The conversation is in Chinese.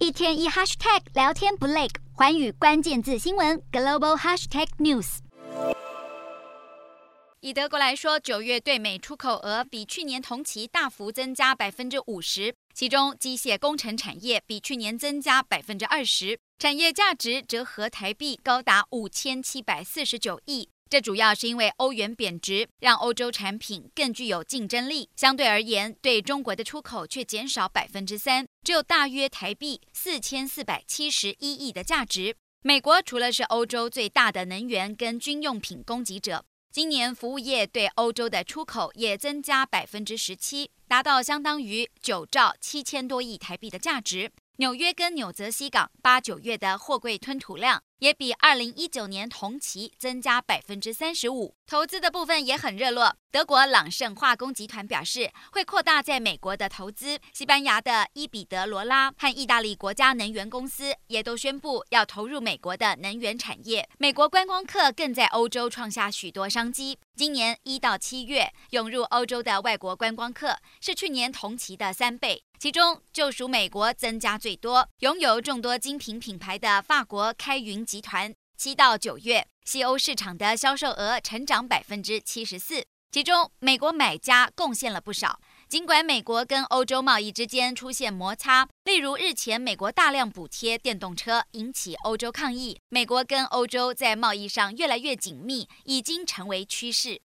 一天一 hashtag 聊天不累，寰宇关键字新闻 global hashtag news。 以德国来说，9月对美出口额比去年同期大幅增加50%，其中机械工程产业比去年增加20%，产业价值折合台币高达5749亿。这主要是因为欧元贬值，让欧洲产品更具有竞争力。相对而言，对中国的出口却减少3%，只有大约台币4471亿的价值。美国除了是欧洲最大的能源跟军用品供给者，今年服务业对欧洲的出口也增加17%，达到相当于9兆7000多亿台币的价值。纽约跟纽泽西港8、9月的货柜吞吐量也比2019年同期增加35%。投资的部分也很热络，德国朗盛化工集团表示会扩大在美国的投资，西班牙的伊比德罗拉和意大利国家能源公司也都宣布要投入美国的能源产业。美国观光客更在欧洲创下许多商机，今年1到7月涌入欧洲的外国观光客是去年同期的3倍。其中就属美国增加最多，拥有众多精品品牌的法国开云集团，7到9月西欧市场的销售额成长74%，其中美国买家贡献了不少。尽管美国跟欧洲贸易之间出现摩擦，例如日前美国大量补贴电动车引起欧洲抗议，美国跟欧洲在贸易上越来越紧密，已经成为趋势。